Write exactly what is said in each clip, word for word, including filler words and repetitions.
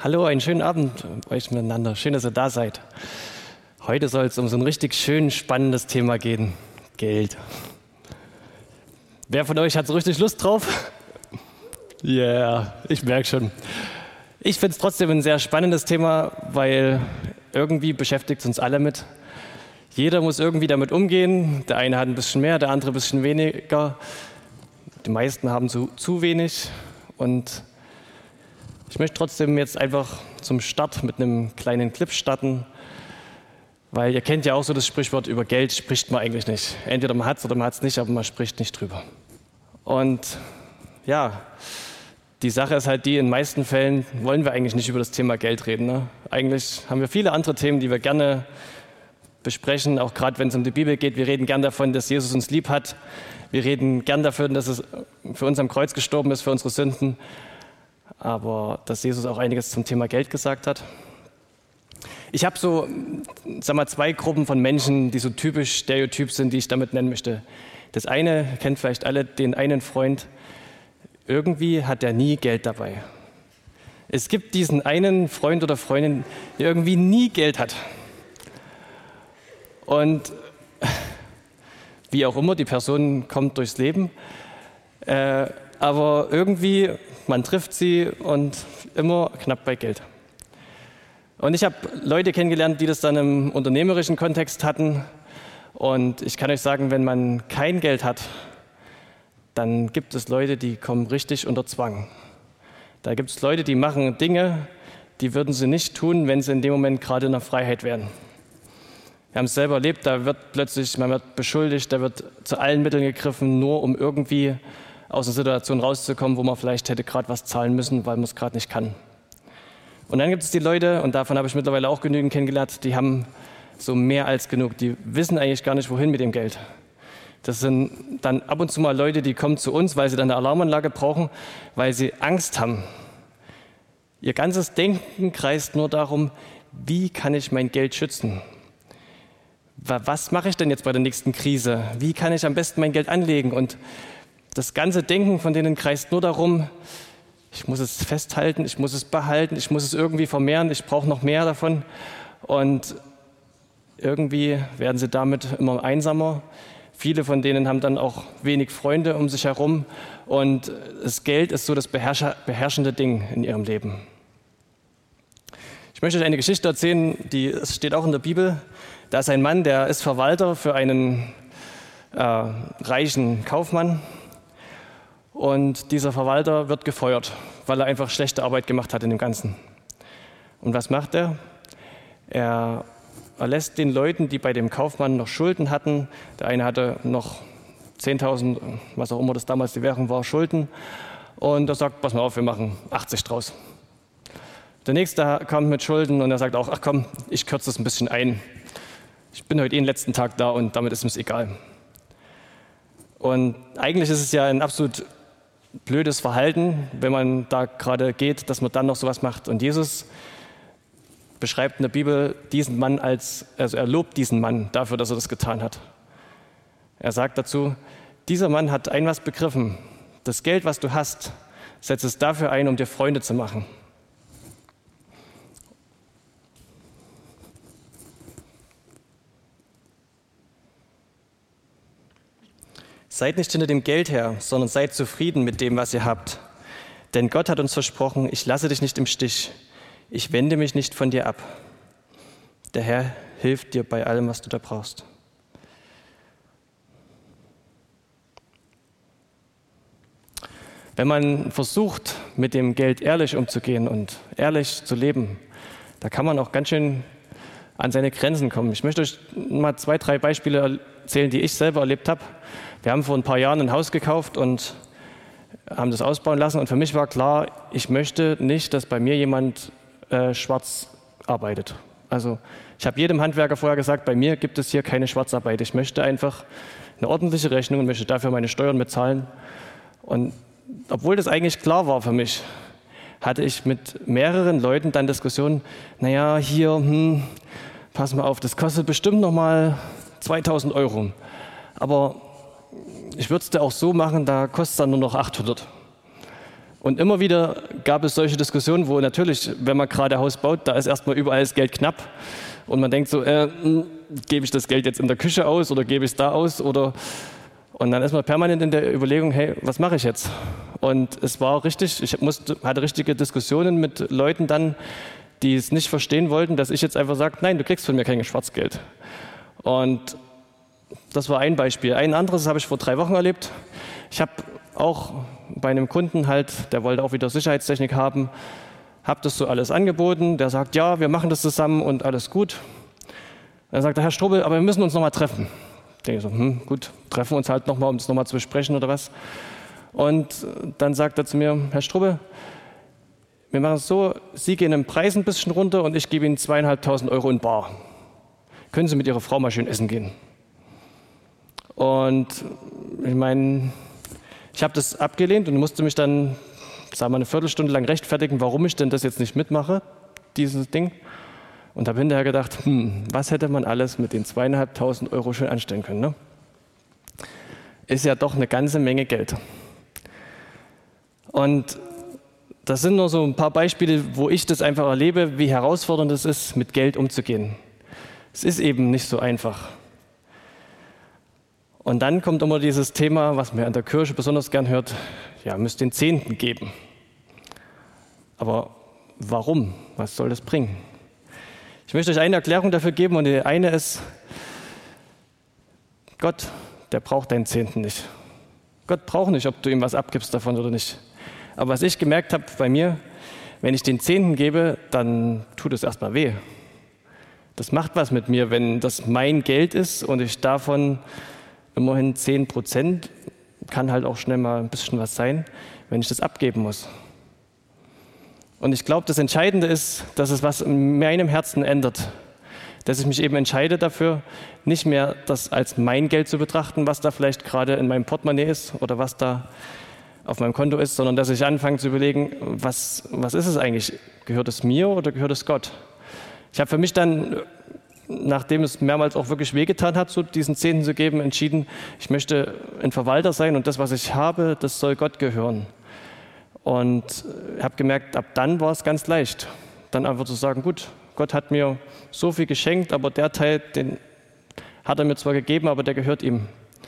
Hallo, einen schönen Abend euch miteinander. Schön, dass ihr da seid. Heute soll es um so ein richtig schön spannendes Thema gehen. Geld. Wer von euch hat so richtig Lust drauf? Ja, yeah, ich merke schon. Ich finde es trotzdem ein sehr spannendes Thema, weil irgendwie beschäftigt es uns alle mit. Jeder muss irgendwie damit umgehen. Der eine hat ein bisschen mehr, der andere ein bisschen weniger. Die meisten haben zu, zu wenig. Und ich möchte trotzdem jetzt einfach zum Start mit einem kleinen Clip starten, weil ihr kennt ja auch so das Sprichwort, über Geld spricht man eigentlich nicht. Entweder man hat es oder man hat es nicht, aber man spricht nicht drüber. Und ja, die Sache ist halt die, in den meisten Fällen wollen wir eigentlich nicht über das Thema Geld reden. Ne? Eigentlich haben wir viele andere Themen, die wir gerne besprechen, auch gerade wenn es um die Bibel geht. Wir reden gern davon, dass Jesus uns lieb hat. Wir reden gern davon, dass es für uns am Kreuz gestorben ist, für unsere Sünden. Aber dass Jesus auch einiges zum Thema Geld gesagt hat. Ich habe so, sag mal, zwei Gruppen von Menschen, die so typisch stereotyp sind, die ich damit nennen möchte. Das eine, kennt vielleicht alle, den einen Freund, irgendwie hat er nie Geld dabei. Es gibt diesen einen Freund oder Freundin, der irgendwie nie Geld hat. Und wie auch immer, die Person kommt durchs Leben, äh, aber irgendwie, man trifft sie und immer knapp bei Geld. Und ich habe Leute kennengelernt, die das dann im unternehmerischen Kontext hatten. Und ich kann euch sagen, wenn man kein Geld hat, dann gibt es Leute, die kommen richtig unter Zwang. Da gibt es Leute, die machen Dinge, die würden sie nicht tun, wenn sie in dem Moment gerade in der Freiheit wären. Wir haben es selber erlebt, da wird plötzlich, man wird beschuldigt, da wird zu allen Mitteln gegriffen, nur um irgendwie aus einer Situation rauszukommen, wo man vielleicht hätte gerade was zahlen müssen, weil man es gerade nicht kann. Und dann gibt es die Leute, und davon habe ich mittlerweile auch genügend kennengelernt, die haben so mehr als genug, die wissen eigentlich gar nicht, wohin mit dem Geld. Das sind dann ab und zu mal Leute, die kommen zu uns, weil sie dann eine Alarmanlage brauchen, weil sie Angst haben. Ihr ganzes Denken kreist nur darum, wie kann ich mein Geld schützen? Was mache ich denn jetzt bei der nächsten Krise? Wie kann ich am besten mein Geld anlegen? Und das ganze Denken von denen kreist nur darum, ich muss es festhalten, ich muss es behalten, ich muss es irgendwie vermehren, ich brauche noch mehr davon. Und irgendwie werden sie damit immer einsamer. Viele von denen haben dann auch wenig Freunde um sich herum. Und das Geld ist so das beherrschende Ding in ihrem Leben. Ich möchte euch eine Geschichte erzählen, die steht auch in der Bibel. Da ist ein Mann, der ist Verwalter für einen äh, reichen Kaufmann. Und dieser Verwalter wird gefeuert, weil er einfach schlechte Arbeit gemacht hat in dem Ganzen. Und was macht er? Er erlässt den Leuten, die bei dem Kaufmann noch Schulden hatten, der eine hatte noch zehntausend, was auch immer das damals die Währung war, Schulden. Und er sagt, pass mal auf, wir machen achtzig draus. Der nächste kommt mit Schulden und er sagt auch, ach komm, ich kürze das ein bisschen ein. Ich bin heute eh den letzten Tag da und damit ist es egal. Und eigentlich ist es ja ein absolut blödes Verhalten, wenn man da gerade geht, dass man dann noch sowas macht. Und Jesus beschreibt in der Bibel diesen Mann als, also er lobt diesen Mann dafür, dass er das getan hat. Er sagt dazu, dieser Mann hat ein was begriffen. Das Geld, was du hast, setz es dafür ein, um dir Freunde zu machen. Seid nicht hinter dem Geld her, sondern seid zufrieden mit dem, was ihr habt. Denn Gott hat uns versprochen, ich lasse dich nicht im Stich. Ich wende mich nicht von dir ab. Der Herr hilft dir bei allem, was du da brauchst. Wenn man versucht, mit dem Geld ehrlich umzugehen und ehrlich zu leben, da kann man auch ganz schön an seine Grenzen kommen. Ich möchte euch mal zwei, drei Beispiele erzählen, die ich selber erlebt habe. Wir haben vor ein paar Jahren ein Haus gekauft und haben das ausbauen lassen. Und für mich war klar, ich möchte nicht, dass bei mir jemand äh, schwarz arbeitet. Also ich habe jedem Handwerker vorher gesagt, bei mir gibt es hier keine Schwarzarbeit. Ich möchte einfach eine ordentliche Rechnung und möchte dafür meine Steuern bezahlen. Und obwohl das eigentlich klar war für mich, hatte ich mit mehreren Leuten dann Diskussionen, naja, hier, hm, pass mal auf, das kostet bestimmt noch mal zweitausend Euro. Aber ich würde es dir auch so machen, da kostet es dann nur noch achthundert. Und immer wieder gab es solche Diskussionen, wo natürlich, wenn man gerade ein Haus baut, da ist erstmal überall das Geld knapp. Und man denkt so, äh, gebe ich das Geld jetzt in der Küche aus oder gebe ich es da aus? Oder und dann ist man permanent in der Überlegung, hey, was mache ich jetzt? Und es war richtig, ich musste, hatte richtige Diskussionen mit Leuten dann, die es nicht verstehen wollten, dass ich jetzt einfach sage, nein, du kriegst von mir kein Schwarzgeld. Und das war ein Beispiel. Ein anderes habe ich vor drei Wochen erlebt. Ich habe auch bei einem Kunden halt, der wollte auch wieder Sicherheitstechnik haben, habe das so alles angeboten. Der sagt, ja, wir machen das zusammen und alles gut. Dann sagt der Herr Strobel, aber wir müssen uns nochmal treffen. Ich denke so, hm, gut, treffen wir uns halt nochmal, um es nochmal zu besprechen oder was. Und dann sagt er zu mir, Herr Strobel, wir machen es so, Sie gehen im Preis ein bisschen runter und ich gebe Ihnen zweieinhalbtausend Euro in bar. Können Sie mit Ihrer Frau mal schön essen gehen? Und ich meine, ich habe das abgelehnt und musste mich dann, sagen wir, eine Viertelstunde lang rechtfertigen, warum ich denn das jetzt nicht mitmache, dieses Ding. Und habe hinterher gedacht, hm, was hätte man alles mit den zweieinhalbtausend Euro schon anstellen können, ne? Ist ja doch eine ganze Menge Geld. Und das sind nur so ein paar Beispiele, wo ich das einfach erlebe, wie herausfordernd es ist, mit Geld umzugehen. Es ist eben nicht so einfach. Und dann kommt immer dieses Thema, was man in der Kirche besonders gern hört, ja, müsst den Zehnten geben. Aber warum? Was soll das bringen? Ich möchte euch eine Erklärung dafür geben und die eine ist, Gott, der braucht deinen Zehnten nicht. Gott braucht nicht, ob du ihm was abgibst davon oder nicht. Aber was ich gemerkt habe bei mir, wenn ich den Zehnten gebe, dann tut es erstmal weh. Das macht was mit mir, wenn das mein Geld ist und ich davon immerhin zehn Prozent, kann halt auch schnell mal ein bisschen was sein, wenn ich das abgeben muss. Und ich glaube, das Entscheidende ist, dass es was in meinem Herzen ändert. Dass ich mich eben entscheide dafür, nicht mehr das als mein Geld zu betrachten, was da vielleicht gerade in meinem Portemonnaie ist oder was da auf meinem Konto ist, sondern dass ich anfange zu überlegen, was, was ist es eigentlich? Gehört es mir oder gehört es Gott? Ich habe für mich dann, nachdem es mehrmals auch wirklich wehgetan hat, so diesen Zehnten zu geben, entschieden, ich möchte ein Verwalter sein und das, was ich habe, das soll Gott gehören. Und habe gemerkt, ab dann war es ganz leicht, dann einfach zu sagen, gut, Gott hat mir so viel geschenkt, aber der Teil, den hat er mir zwar gegeben, aber der gehört ihm.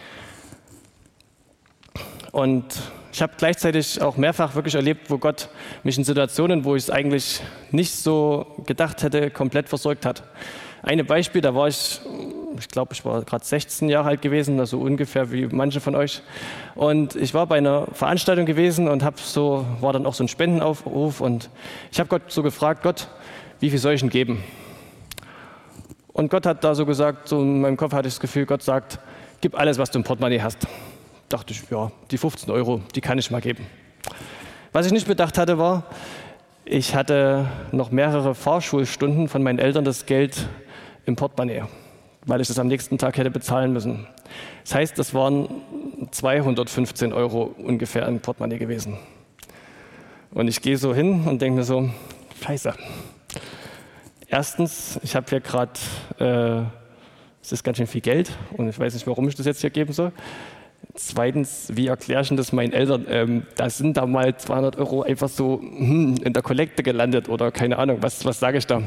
Und ich habe gleichzeitig auch mehrfach wirklich erlebt, wo Gott mich in Situationen, wo ich es eigentlich nicht so gedacht hätte, komplett versorgt hat. Ein Beispiel, da war ich, ich glaube, ich war gerade sechzehn Jahre alt gewesen, also ungefähr wie manche von euch. Und ich war bei einer Veranstaltung gewesen und habe so, war dann auch so ein Spendenaufruf und ich habe Gott so gefragt, Gott, wie viel soll ich denn geben? Und Gott hat da so gesagt, so in meinem Kopf hatte ich das Gefühl, Gott sagt, gib alles, was du im Portemonnaie hast. Dachte ich, ja, die fünfzehn Euro, die kann ich mal geben. Was ich nicht bedacht hatte, war, ich hatte noch mehrere Fahrschulstunden von meinen Eltern das Geld im Portemonnaie, weil ich das am nächsten Tag hätte bezahlen müssen. Das heißt, das waren zweihundertfünfzehn Euro ungefähr im Portemonnaie gewesen. Und ich gehe so hin und denke mir so, scheiße. Erstens, ich habe hier gerade, äh, es ist ganz schön viel Geld und ich weiß nicht, warum ich das jetzt hier geben soll. Zweitens, wie erkläre ich das meinen Eltern? Ähm, da sind da mal zweihundert Euro einfach so hm, in der Kollekte gelandet oder keine Ahnung, was, was sage ich da?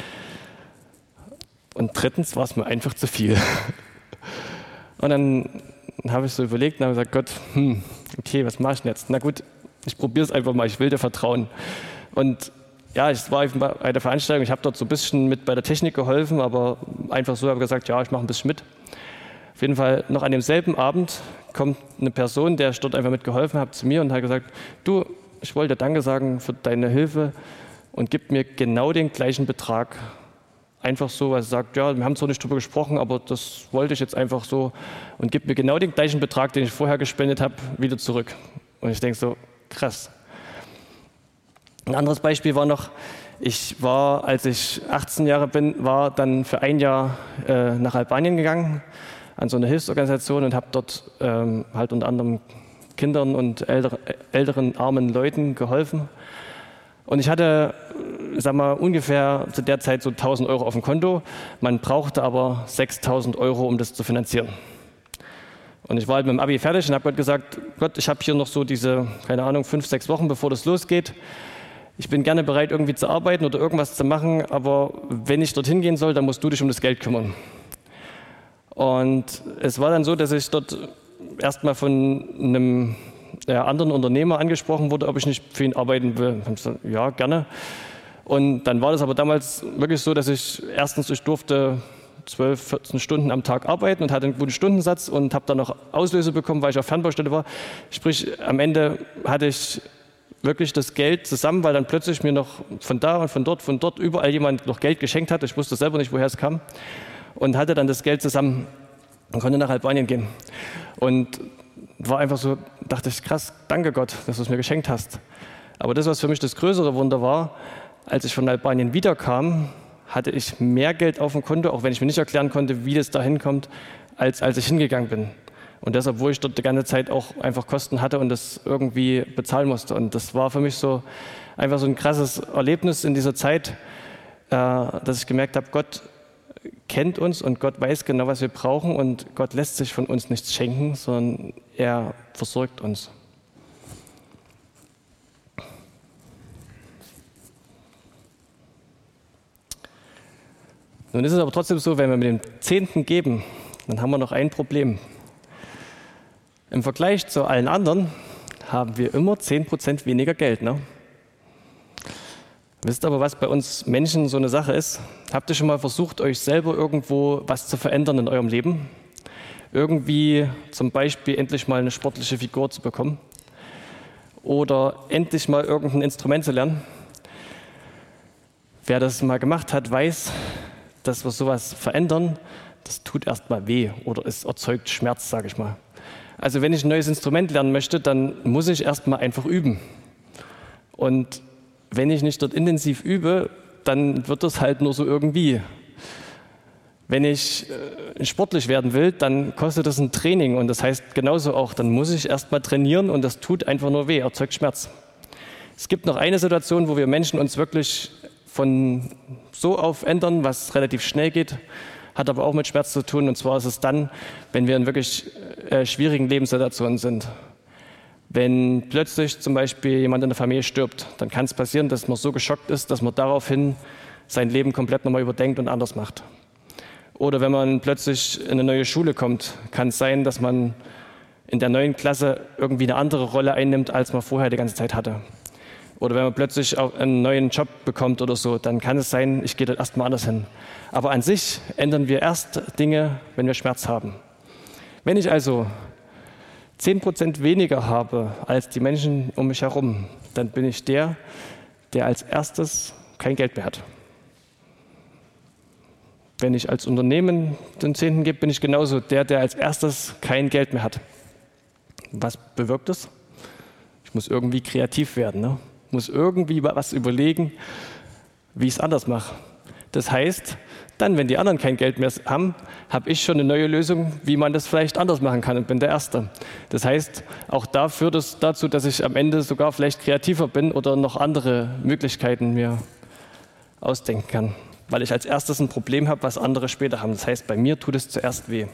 Und drittens war es mir einfach zu viel. Und dann habe ich so überlegt und habe gesagt, Gott, hm, okay, was mache ich denn jetzt? Na gut, ich probiere es einfach mal, ich will dir vertrauen. Und ja, ich war bei der Veranstaltung, ich habe dort so ein bisschen mit bei der Technik geholfen, aber einfach so habe ich gesagt, ja, ich mache ein bisschen mit. Auf jeden Fall noch an demselben Abend kommt eine Person, der ich dort einfach mitgeholfen habe, zu mir und hat gesagt, du, ich wollte Danke sagen für deine Hilfe und gibt mir genau den gleichen Betrag. Einfach so, weil er sagt, ja, wir haben zwar nicht drüber gesprochen, aber das wollte ich jetzt einfach so und gibt mir genau den gleichen Betrag, den ich vorher gespendet habe, wieder zurück. Und ich denke so, krass. Ein anderes Beispiel war noch, ich war, als ich achtzehn Jahre bin, war dann für ein Jahr äh, nach Albanien gegangen, an so eine Hilfsorganisation und habe dort ähm, halt unter anderem Kindern und älter, älteren, armen Leuten geholfen. Und ich hatte, sag mal, ungefähr zu der Zeit so tausend Euro auf dem Konto. Man brauchte aber sechstausend Euro, um das zu finanzieren. Und ich war halt mit dem Abi fertig und habe Gott gesagt, Gott, ich habe hier noch so diese, keine Ahnung, fünf, sechs Wochen, bevor das losgeht. Ich bin gerne bereit, irgendwie zu arbeiten oder irgendwas zu machen, aber wenn ich dorthin gehen soll, dann musst du dich um das Geld kümmern. Und es war dann so, dass ich dort erstmal von einem ja, anderen Unternehmer angesprochen wurde, ob ich nicht für ihn arbeiten will. Ich habe gesagt, ja, gerne. Und dann war das aber damals wirklich so, dass ich erstens, ich durfte zwölf, vierzehn Stunden am Tag arbeiten und hatte einen guten Stundensatz und habe dann noch Auslöse bekommen, weil ich auf Fernbaustelle war. Sprich, am Ende hatte ich wirklich das Geld zusammen, weil dann plötzlich mir noch von da und von dort, von dort überall jemand noch Geld geschenkt hat. Ich wusste selber nicht, woher es kam. Und hatte dann das Geld zusammen und konnte nach Albanien gehen. Und war einfach so, dachte ich, krass, danke Gott, dass du es mir geschenkt hast. Aber das, was für mich das größere Wunder war, als ich von Albanien wiederkam, hatte ich mehr Geld auf dem Konto, auch wenn ich mir nicht erklären konnte, wie das da hinkommt, als als ich hingegangen bin. Und deshalb, wo ich dort die ganze Zeit auch einfach Kosten hatte und das irgendwie bezahlen musste. Und das war für mich so einfach so ein krasses Erlebnis in dieser Zeit, äh, dass ich gemerkt habe, Gott kennt uns und Gott weiß genau, was wir brauchen und Gott lässt sich von uns nichts schenken, sondern er versorgt uns. Nun ist es aber trotzdem so, wenn wir mit dem Zehnten geben, dann haben wir noch ein Problem. Im Vergleich zu allen anderen haben wir immer zehn Prozent weniger Geld. Ne? Wisst aber, was bei uns Menschen so eine Sache ist? Habt ihr schon mal versucht, euch selber irgendwo was zu verändern in eurem Leben? Irgendwie zum Beispiel endlich mal eine sportliche Figur zu bekommen? Oder endlich mal irgendein Instrument zu lernen? Wer das mal gemacht hat, weiß, dass wir sowas verändern, das tut erstmal weh oder es erzeugt Schmerz, sage ich mal. Also wenn ich ein neues Instrument lernen möchte, dann muss ich erstmal einfach üben. Und wenn ich nicht dort intensiv übe, dann wird das halt nur so irgendwie. Wenn ich äh, sportlich werden will, dann kostet das ein Training und das heißt genauso auch, dann muss ich erstmal trainieren und das tut einfach nur weh, erzeugt Schmerz. Es gibt noch eine Situation, wo wir Menschen uns wirklich von so auf ändern, was relativ schnell geht, hat aber auch mit Schmerz zu tun. Und zwar ist es dann, wenn wir in wirklich äh, schwierigen Lebenssituationen sind. Wenn plötzlich zum Beispiel jemand in der Familie stirbt, dann kann es passieren, dass man so geschockt ist, dass man daraufhin sein Leben komplett nochmal überdenkt und anders macht. Oder wenn man plötzlich in eine neue Schule kommt, kann es sein, dass man in der neuen Klasse irgendwie eine andere Rolle einnimmt, als man vorher die ganze Zeit hatte. Oder wenn man plötzlich auch einen neuen Job bekommt oder so, dann kann es sein, ich gehe dort erstmal anders hin. Aber an sich ändern wir erst Dinge, wenn wir Schmerz haben. Wenn ich also zehn Prozent weniger habe als die Menschen um mich herum, dann bin ich der, der als erstes kein Geld mehr hat. Wenn ich als Unternehmen den Zehnten gebe, bin ich genauso der, der als erstes kein Geld mehr hat. Was bewirkt das? Ich muss irgendwie kreativ werden, ne? Muss irgendwie was überlegen, wie ich es anders mache. Das heißt, dann, wenn die anderen kein Geld mehr haben, habe ich schon eine neue Lösung, wie man das vielleicht anders machen kann und bin der Erste. Das heißt, auch da führt es dazu, dass ich am Ende sogar vielleicht kreativer bin oder noch andere Möglichkeiten mir ausdenken kann, weil ich als erstes ein Problem habe, was andere später haben. Das heißt, bei mir tut es zuerst weh.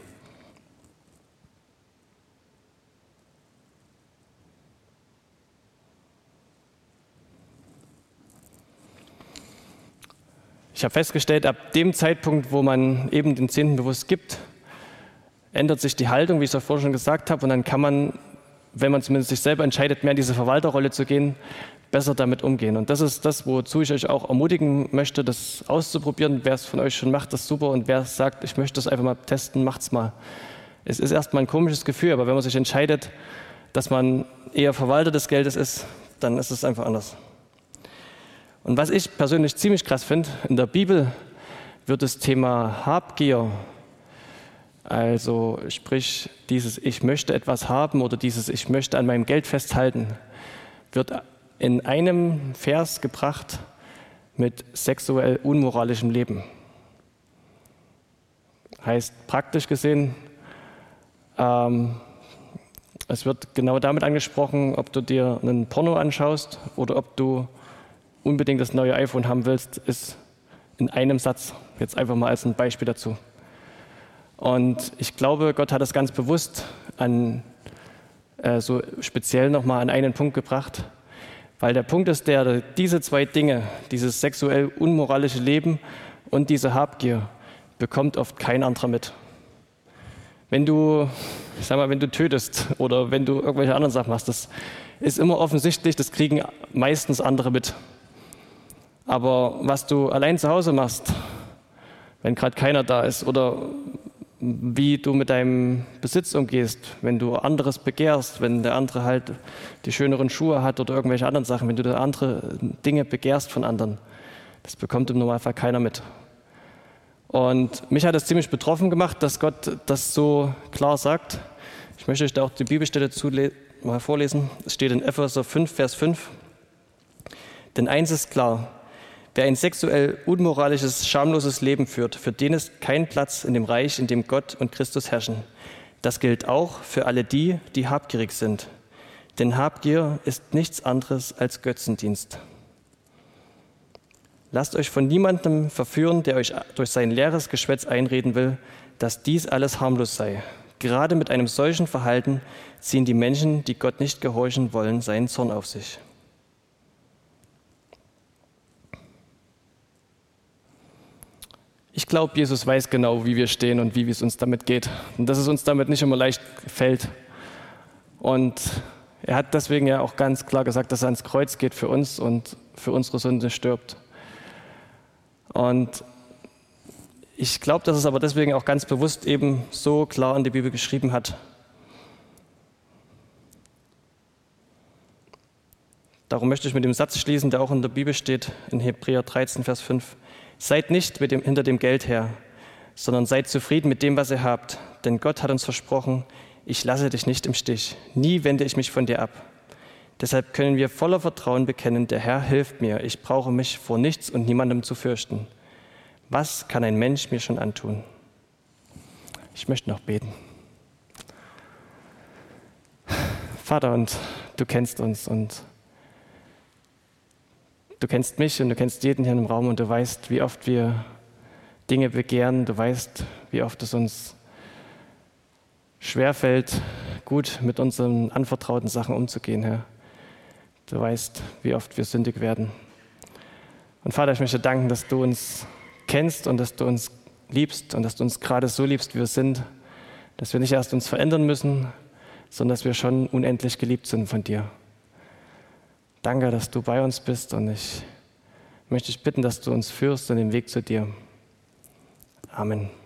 Ich habe festgestellt, ab dem Zeitpunkt, wo man eben den Zehnten bewusst gibt, ändert sich die Haltung, wie ich es ja vorhin schon gesagt habe, und dann kann man, wenn man zumindest sich selber entscheidet, mehr in diese Verwalterrolle zu gehen, besser damit umgehen. Und das ist das, wozu ich euch auch ermutigen möchte, das auszuprobieren. Wer es von euch schon macht, das ist super. Und wer sagt, ich möchte das einfach mal testen, macht's mal. Es ist erstmal ein komisches Gefühl, aber wenn man sich entscheidet, dass man eher Verwalter des Geldes ist, dann ist es einfach anders. Und was ich persönlich ziemlich krass finde, in der Bibel wird das Thema Habgier, also sprich dieses Ich möchte etwas haben oder dieses Ich möchte an meinem Geld festhalten, wird in einem Vers gebracht mit sexuell unmoralischem Leben. Heißt praktisch gesehen, ähm, es wird genau damit angesprochen, ob du dir einen Porno anschaust oder ob du unbedingt das neue iPhone haben willst, ist in einem Satz. Jetzt einfach mal als ein Beispiel dazu. Und ich glaube, Gott hat es ganz bewusst an, äh, so speziell nochmal an einen Punkt gebracht, weil der Punkt ist der, diese zwei Dinge, dieses sexuell unmoralische Leben und diese Habgier, bekommt oft kein anderer mit. Wenn du, ich sag mal, wenn du tötest oder wenn du irgendwelche anderen Sachen machst, das ist immer offensichtlich, das kriegen meistens andere mit. Aber was du allein zu Hause machst, wenn gerade keiner da ist, oder wie du mit deinem Besitz umgehst, wenn du anderes begehrst, wenn der andere halt die schöneren Schuhe hat oder irgendwelche anderen Sachen, wenn du andere Dinge begehrst von anderen, das bekommt im Normalfall keiner mit. Und mich hat es ziemlich betroffen gemacht, dass Gott das so klar sagt. Ich möchte euch da auch die Bibelstelle zule- mal vorlesen. Es steht in Epheser fünf, Vers fünf. Denn eins ist klar, wer ein sexuell unmoralisches, schamloses Leben führt, für den ist kein Platz in dem Reich, in dem Gott und Christus herrschen. Das gilt auch für alle die, die habgierig sind. Denn Habgier ist nichts anderes als Götzendienst. Lasst euch von niemandem verführen, der euch durch sein leeres Geschwätz einreden will, dass dies alles harmlos sei. Gerade mit einem solchen Verhalten ziehen die Menschen, die Gott nicht gehorchen wollen, seinen Zorn auf sich. Ich glaube, Jesus weiß genau, wie wir stehen und wie es uns damit geht. Und dass es uns damit nicht immer leicht fällt. Und er hat deswegen ja auch ganz klar gesagt, dass er ans Kreuz geht für uns und für unsere Sünde stirbt. Und ich glaube, dass es aber deswegen auch ganz bewusst eben so klar in die Bibel geschrieben hat. Darum möchte ich mit dem Satz schließen, der auch in der Bibel steht, in Hebräer dreizehn, Vers fünf. Seid nicht mit dem, hinter dem Geld her, sondern seid zufrieden mit dem, was ihr habt. Denn Gott hat uns versprochen, ich lasse dich nicht im Stich. Nie wende ich mich von dir ab. Deshalb können wir voller Vertrauen bekennen, der Herr hilft mir. Ich brauche mich vor nichts und niemandem zu fürchten. Was kann ein Mensch mir schon antun? Ich möchte noch beten. Vater, und du kennst uns und du kennst mich und du kennst jeden hier im Raum und du weißt, wie oft wir Dinge begehren. Du weißt, wie oft es uns schwerfällt, gut mit unseren anvertrauten Sachen umzugehen, Herr. Du weißt, wie oft wir sündig werden. Und Vater, ich möchte danken, dass du uns kennst und dass du uns liebst und dass du uns gerade so liebst, wie wir sind, dass wir nicht erst uns verändern müssen, sondern dass wir schon unendlich geliebt sind von dir. Danke, dass du bei uns bist und ich möchte dich bitten, dass du uns führst in den Weg zu dir. Amen.